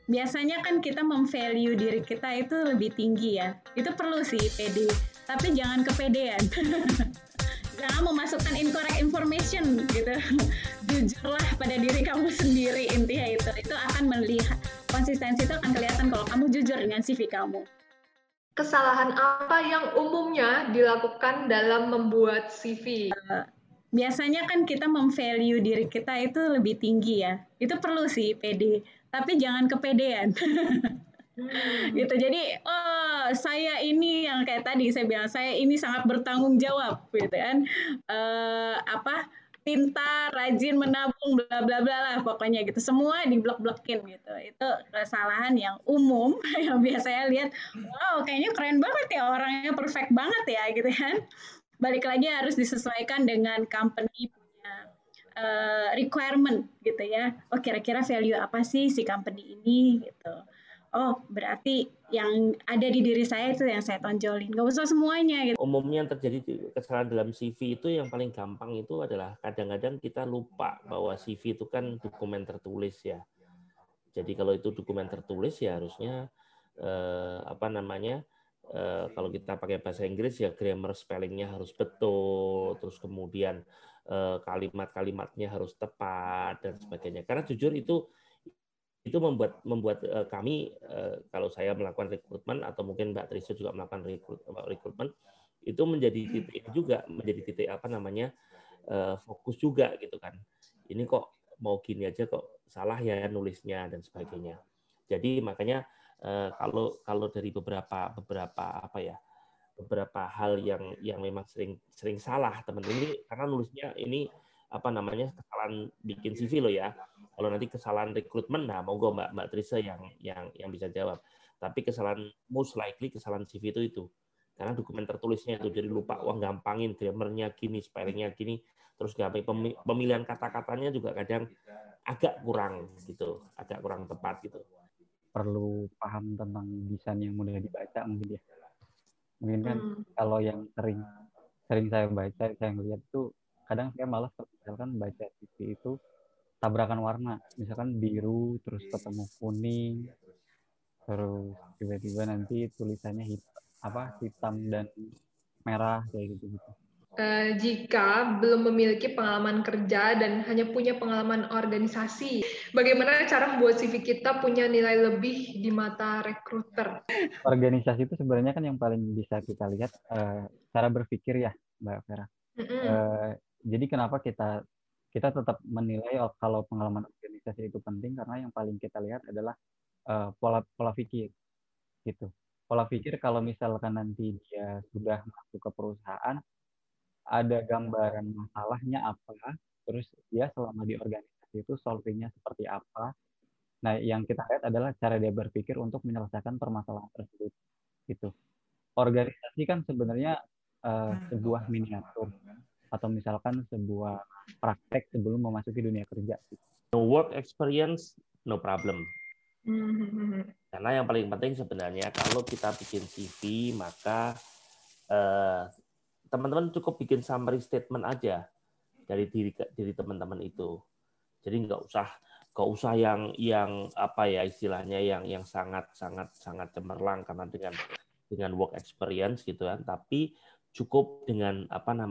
Biasanya kan kita memvalue diri kita itu lebih tinggi ya. Itu perlu sih pede, tapi jangan kepedean. Jangan memasukkan incorrect information gitu. Jujurlah pada diri kamu sendiri, intinya itu. Itu akan melihat konsistensi, itu akan kelihatan kalau kamu jujur dengan CV kamu. Kesalahan apa yang umumnya dilakukan dalam membuat CV? Biasanya kan kita memvalue diri kita itu lebih tinggi ya. Itu perlu sih pede, tapi jangan kepedean. Gitu. Jadi, oh saya ini yang kayak tadi saya bilang, saya ini sangat bertanggung jawab gitu kan. Apa pintar, rajin menabung, bla bla bla lah pokoknya gitu. Semua diblok-blokin gitu. Itu kesalahan yang umum yang biasa saya lihat, wow kayaknya keren banget ya, orangnya perfect banget ya gitu kan. Balik lagi harus disesuaikan dengan company punya requirement gitu ya. Oh kira-kira value apa sih si company ini gitu. Oh berarti yang ada di diri saya itu yang saya tonjolin. Gak usah semuanya gitu. Umumnya yang terjadi kesalahan dalam CV itu yang paling gampang itu adalah kadang-kadang kita lupa bahwa CV itu kan dokumen tertulis ya. Jadi kalau itu dokumen tertulis ya harusnya kalau kita pakai bahasa Inggris ya grammar spellingnya harus betul, terus kemudian kalimat-kalimatnya harus tepat dan sebagainya. Karena jujur itu membuat kami kalau saya melakukan rekrutmen atau mungkin Mbak Trisha juga melakukan rekrutmen itu menjadi titik juga menjadi titik fokus juga gitu kan. Ini kok mau gini aja kok salah ya nulisnya dan sebagainya. Jadi makanya kalau dari beberapa hal yang memang sering salah teman ini karena nulisnya ini kesalahan bikin CV loh ya. Kalau nanti kesalahan rekrutmen, nah monggo Mbak Trisha yang bisa jawab. Tapi kesalahan most likely kesalahan CV itu karena dokumen tertulisnya itu jadi lupa gampangin grammarnya gini, spellingnya gini, terus pemilihan kata-katanya juga kadang agak kurang gitu, agak kurang tepat gitu. Perlu paham tentang desain yang mudah dibaca mungkin ya. Mungkin kan kalau yang sering saya baca, saya ngeliat tuh kadang saya malas misalkan baca CV itu tabrakan warna, misalkan biru terus ketemu kuning, terus tiba-tiba nanti tulisannya hitam dan merah kayak gitu. Jika belum memiliki pengalaman kerja dan hanya punya pengalaman organisasi, bagaimana cara membuat CV kita punya nilai lebih di mata rekruter? Organisasi itu sebenarnya kan yang paling bisa kita lihat cara berpikir ya, Mbak Vera. Jadi kenapa kita tetap menilai kalau pengalaman organisasi itu penting karena yang paling kita lihat adalah pola pikir gitu. Pola pikir kalau misalkan nanti dia sudah masuk ke perusahaan, ada gambaran masalahnya apa, terus dia selama di organisasi itu solvingnya seperti apa. Nah, yang kita lihat adalah cara dia berpikir untuk menyelesaikan permasalahan tersebut. Gitu. Organisasi kan sebenarnya sebuah miniatur atau misalkan sebuah praktek sebelum memasuki dunia kerja. No work experience, no problem. Karena yang paling penting sebenarnya kalau kita bikin CV maka teman-teman cukup bikin summary statement aja dari diri teman-teman itu. Jadi nggak usah yang istilahnya yang sangat cemerlang karena dengan work experience gitu kan, tapi cukup dengan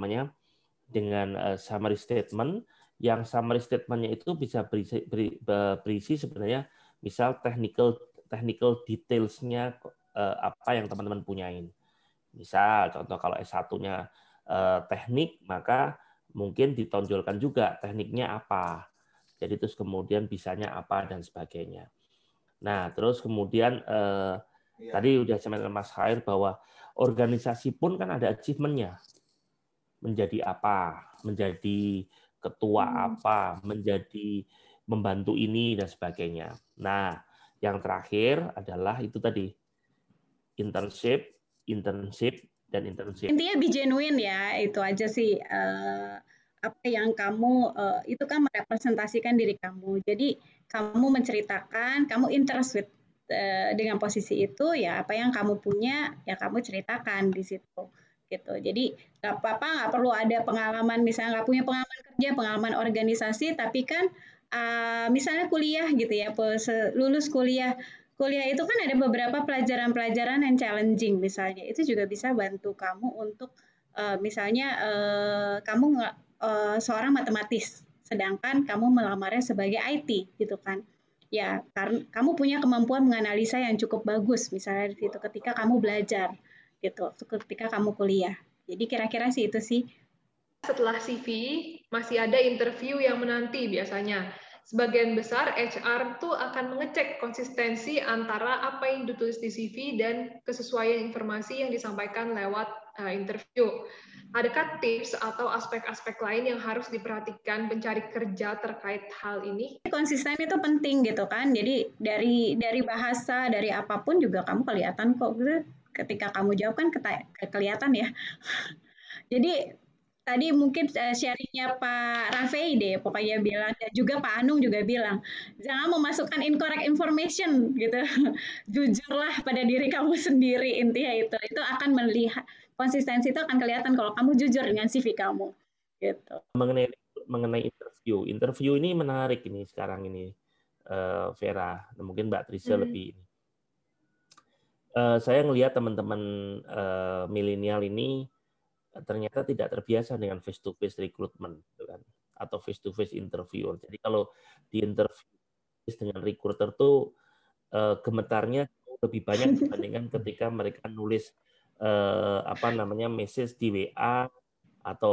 dengan summary statement yang summary statementnya itu bisa berisi sebenarnya misal technical detailsnya apa yang teman-teman punyain. Misal contoh kalau S1-nya teknik, maka mungkin ditonjolkan juga tekniknya apa. Jadi terus kemudian bisanya apa dan sebagainya. Nah, terus kemudian tadi udah sama Mas Khair bahwa organisasi pun kan ada achievement-nya. Menjadi apa, menjadi ketua apa, menjadi membantu ini dan sebagainya. Nah, yang terakhir adalah itu tadi internship dan internship. Intinya be genuine ya, itu aja sih. Apa yang kamu itu kan merepresentasikan diri kamu. Jadi kamu menceritakan, kamu interest with dengan posisi itu ya apa yang kamu punya ya kamu ceritakan di situ gitu. Jadi nggak apa-apa, nggak perlu ada pengalaman misalnya nggak punya pengalaman kerja, pengalaman organisasi, tapi kan misalnya kuliah gitu ya, lulus kuliah itu kan ada beberapa pelajaran-pelajaran yang challenging misalnya, itu juga bisa bantu kamu untuk misalnya kamu seorang matematis, sedangkan kamu melamarnya sebagai IT gitu kan. Ya, karena kamu punya kemampuan menganalisa yang cukup bagus misalnya di situ ketika kamu belajar gitu, ketika kamu kuliah. Jadi kira-kira sih itu sih. Setelah CV, masih ada interview yang menanti biasanya. Sebagian besar HR tuh akan mengecek konsistensi antara apa yang ditulis di CV dan kesesuaian informasi yang disampaikan lewat interview. Adakah tips atau aspek-aspek lain yang harus diperhatikan pencari kerja terkait hal ini? Konsisten itu penting gitu kan. Jadi dari bahasa, dari apapun juga kamu kelihatan kok. Ketika kamu jawab kan kelihatan ya. Jadi tadi mungkin sharingnya Pak Rafei deh, pokoknya bilang, dan juga Pak Anung juga bilang, jangan memasukkan incorrect information gitu. Jujurlah pada diri kamu sendiri, intinya itu. Itu akan melihat, konsistensi itu akan kelihatan kalau kamu jujur dengan CV kamu. Gitu. Mengenai interview ini menarik ini sekarang ini, Vera. Mungkin Mbak Trisha lebih ini. Saya ngelihat teman-teman milenial ini ternyata tidak terbiasa dengan face to face recruitment, gitu kan, atau face to face interview. Jadi kalau di interview dengan recruiter tuh gemetarnya lebih banyak dibandingkan ketika mereka nulis message di WA atau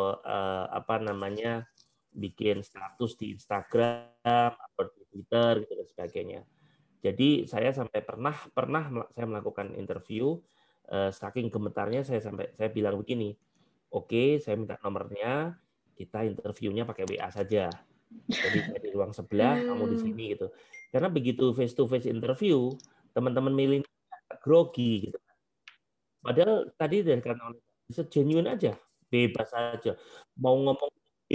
bikin status di Instagram atau di Twitter gitu dan sebagainya. Jadi saya sampai pernah saya melakukan interview, saking gemetarnya saya bilang begini, oke, saya minta nomornya, kita interviewnya pakai WA saja. Jadi saya di ruang sebelah, kamu di sini gitu. Karena begitu face to face interview, teman-teman milenial grogi gitu. Padahal tadi dari kata oleh genuine aja, bebas aja. Mau ngomong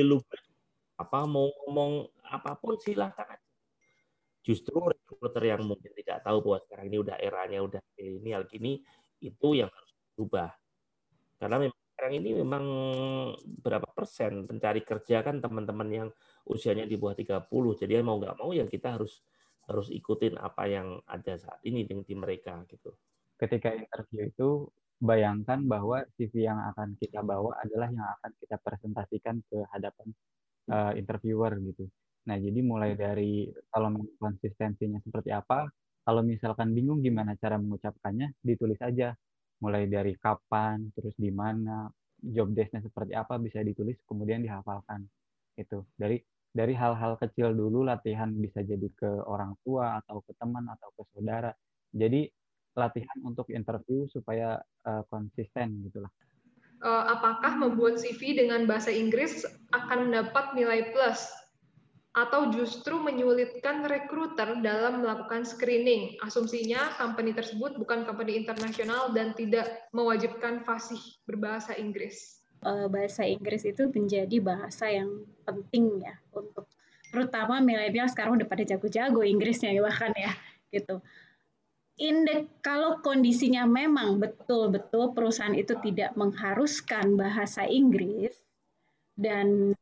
mau ngomong apapun silahkan aja. Justru recruiter yang mungkin tidak tahu bahwa sekarang ini udah eranya udah milenial gini, itu yang harus berubah. Karena memang sekarang ini memang berapa persen pencari kerja kan teman-teman yang usianya di bawah 30. Jadi mau nggak mau ya kita harus ikutin apa yang ada saat ini di mereka gitu. Ketika interview itu bayangkan bahwa CV yang akan kita bawa adalah yang akan kita presentasikan ke hadapan interviewer gitu. Nah, jadi mulai dari kalau konsistensinya seperti apa, kalau misalkan bingung gimana cara mengucapkannya, ditulis aja. Mulai dari kapan, terus di mana, job desk-nya seperti apa bisa ditulis, kemudian dihafalkan. Itu dari hal-hal kecil dulu latihan bisa jadi ke orang tua atau ke teman atau ke saudara. Jadi latihan untuk interview supaya konsisten gitulah. Apakah membuat CV dengan bahasa Inggris akan mendapat nilai plus atau justru menyulitkan rekruter dalam melakukan screening? Asumsinya company tersebut bukan company internasional dan tidak mewajibkan fasih berbahasa Inggris. Bahasa Inggris itu menjadi bahasa yang penting ya untuk terutama milenial sekarang udah pada jago-jago Inggrisnya bahkan ya gitu. Kalau kondisinya memang betul-betul perusahaan itu tidak mengharuskan bahasa Inggris dan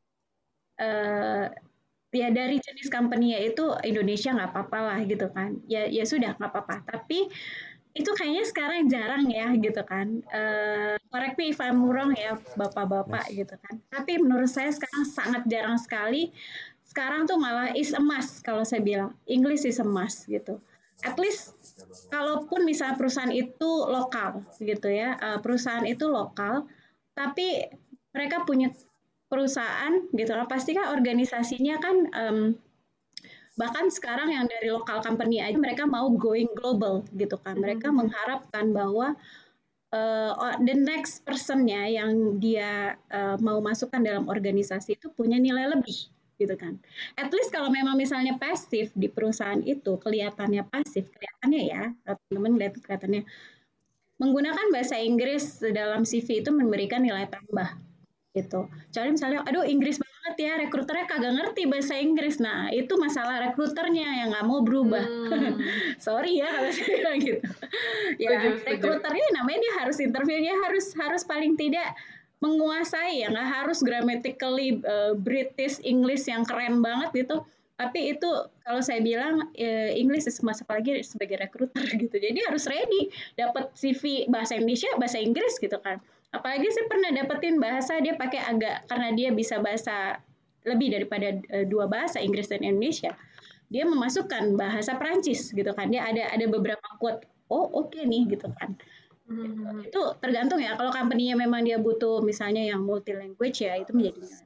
ya dari jenis company-nya itu Indonesia nggak apa-apa lah gitu kan, ya sudah nggak apa-apa. Tapi itu kayaknya sekarang jarang ya gitu kan. Correct me if I'm wrong ya bapak-bapak gitu kan. Tapi menurut saya sekarang sangat jarang sekali. Sekarang tuh malah is a must kalau saya bilang English is a must gitu. At least kalaupun misalnya perusahaan itu lokal gitu ya, perusahaan itu lokal, tapi mereka punya perusahaan gitu lah, pasti kan organisasinya kan bahkan sekarang yang dari lokal company aja mereka mau going global gitu kan, mereka mengharapkan bahwa the next person-nya yang dia mau masukkan dalam organisasi itu punya nilai lebih gitu kan. At least kalau memang misalnya pasif di perusahaan itu kelihatannya pasif, kelihatannya ya, teman-teman lihat kelihatannya menggunakan bahasa Inggris dalam CV itu memberikan nilai tambah gitu. Jadi misalnya, aduh Inggris banget ya, rekruternya kagak ngerti bahasa Inggris. Nah, itu masalah rekruternya yang nggak mau berubah. Sorry ya kalau saya bilang gitu. Ya, rekruternya namanya dia harus interview, dia harus paling tidak menguasai ya, nggak harus grammatically British English yang keren banget gitu. Tapi itu kalau saya bilang English is must, apalagi sebagai recruiter gitu. Jadi harus ready dapat CV bahasa Indonesia, bahasa Inggris gitu kan. Apalagi saya pernah dapetin bahasa dia pakai agak, karena dia bisa bahasa lebih daripada 2 bahasa, Inggris dan Indonesia. Dia memasukkan bahasa Perancis gitu kan. Dia ada beberapa quote. Oh, oke nih gitu kan. Itu tergantung ya. Kalau company-nya memang dia butuh misalnya yang multi language ya, itu menjadi nilai.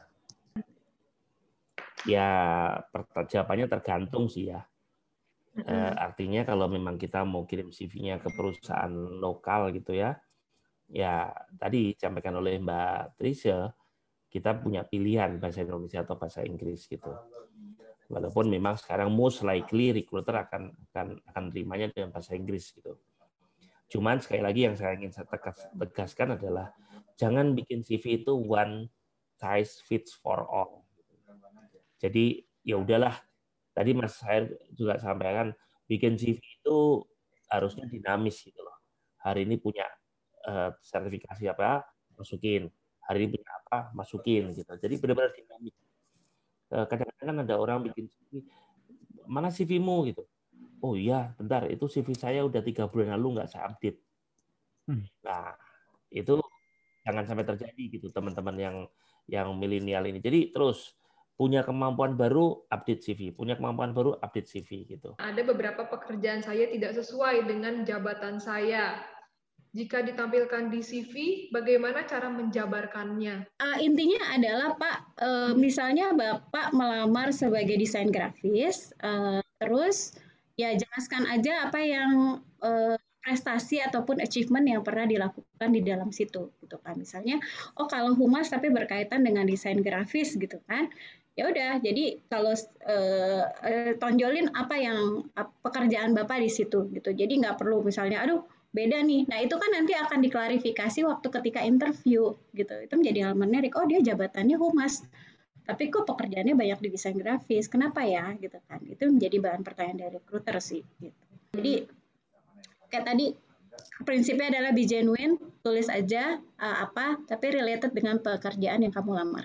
Ya, jawabannya tergantung sih ya. Artinya kalau memang kita mau kirim CV-nya ke perusahaan lokal gitu ya, ya tadi disampaikan oleh Mbak Trisha, kita punya pilihan bahasa Indonesia atau bahasa Inggris gitu. Walaupun memang sekarang most likely recruiter akan terimanya dengan bahasa Inggris gitu. Cuman sekali lagi yang saya ingin tegaskan adalah jangan bikin CV itu one size fits for all. Jadi ya udahlah, tadi Mas Hair juga sampaikan bikin CV itu harusnya dinamis gitu loh. Hari ini punya sertifikasi apa, masukin. Hari ini punya apa, masukin gitu. Jadi benar-benar dinamis. Kadang-kadang ada orang bikin CV, mana CV-mu gitu. Oh iya, bentar, itu CV saya udah 3 bulan lalu nggak saya update. Nah, itu jangan sampai terjadi gitu teman-teman yang milenial ini. Jadi terus punya kemampuan baru update CV, punya kemampuan baru update CV gitu. Ada beberapa pekerjaan saya tidak sesuai dengan jabatan saya. Jika ditampilkan di CV, bagaimana cara menjabarkannya? Intinya adalah Pak, misalnya Bapak melamar sebagai desain grafis, terus ya jelaskan aja apa yang prestasi ataupun achievement yang pernah dilakukan di dalam situ gitu kan. Misalnya, oh kalau humas tapi berkaitan dengan desain grafis gitu kan. Ya udah, jadi kalau tonjolin apa yang pekerjaan Bapak di situ gitu. Jadi nggak perlu misalnya, aduh beda nih. Nah, itu kan nanti akan diklarifikasi waktu ketika interview gitu. Itu menjadi hal menarik. Oh, dia jabatannya humas. Tapi kok pekerjaannya banyak di desain grafis. Kenapa ya? Gitu kan. Itu menjadi bahan pertanyaan dari recruiter sih gitu. Jadi kayak tadi prinsipnya adalah be genuine, tulis aja apa tapi related dengan pekerjaan yang kamu lamar.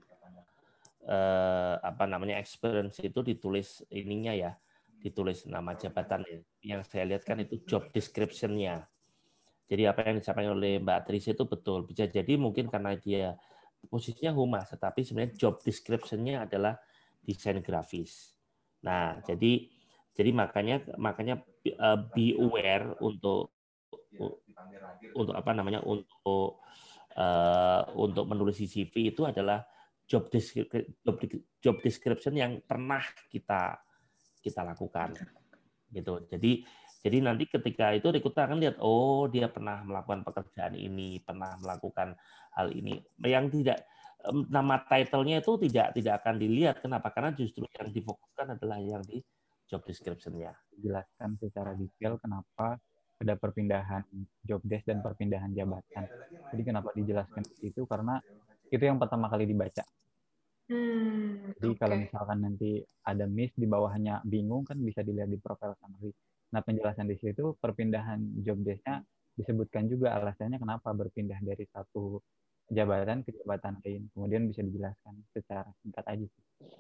Apa namanya experience itu ditulis ininya ya, ditulis nama jabatan ya. Yang saya lihat kan itu job description-nya. Jadi apa yang disampaikan oleh Mbak Tris itu betul. Bisa jadi mungkin karena dia posisinya humas, tetapi sebenarnya job description-nya adalah desain grafis. Nah, jadi makanya be aware untuk apa namanya untuk menulis CV itu adalah job description yang pernah kita lakukan gitu. Jadi nanti ketika itu recruiter akan lihat, oh dia pernah melakukan pekerjaan ini, pernah melakukan hal ini. Yang tidak nama title-nya itu tidak akan dilihat. Kenapa? Karena justru yang difokuskan adalah yang di job description-nya. Jelaskan secara detail kenapa ada perpindahan job desk dan perpindahan jabatan. Jadi kenapa dijelaskan itu? Karena itu yang pertama kali dibaca. Jadi kalau misalkan nanti ada miss di bawahnya bingung kan bisa dilihat di profile summary. Nah penjelasan di situ perpindahan job desk-nya disebutkan juga alasannya kenapa berpindah dari satu jabatan ke jabatan lain. Kemudian bisa dijelaskan secara singkat aja.